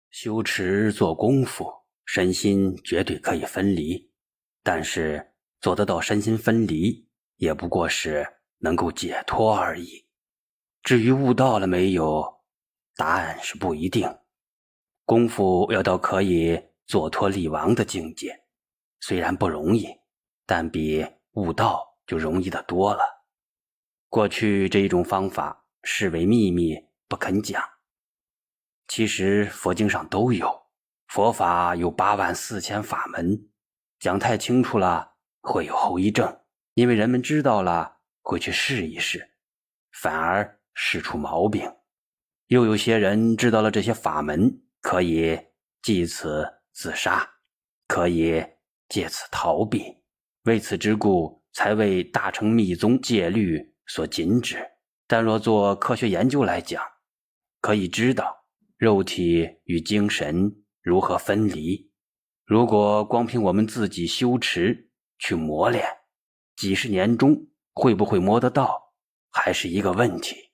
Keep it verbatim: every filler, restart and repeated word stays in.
修持做功夫，身心绝对可以分离，但是做得到身心分离，也不过是能够解脱而已。至于悟到了没有，答案是不一定。功夫要到可以坐脱立亡的境界，虽然不容易，但比悟道就容易得多了。过去这一种方法视为秘密，不肯讲。其实佛经上都有，佛法有八万四千法门，讲太清楚了会有后遗症，因为人们知道了会去试一试，反而试出毛病。又有些人知道了这些法门，可以借此自杀，可以借此逃避，为此之故才为大乘密宗戒律所禁止。但若做科学研究来讲，可以知道肉体与精神如何分离。如果光凭我们自己修持去磨练，几十年中会不会磨得到，还是一个问题。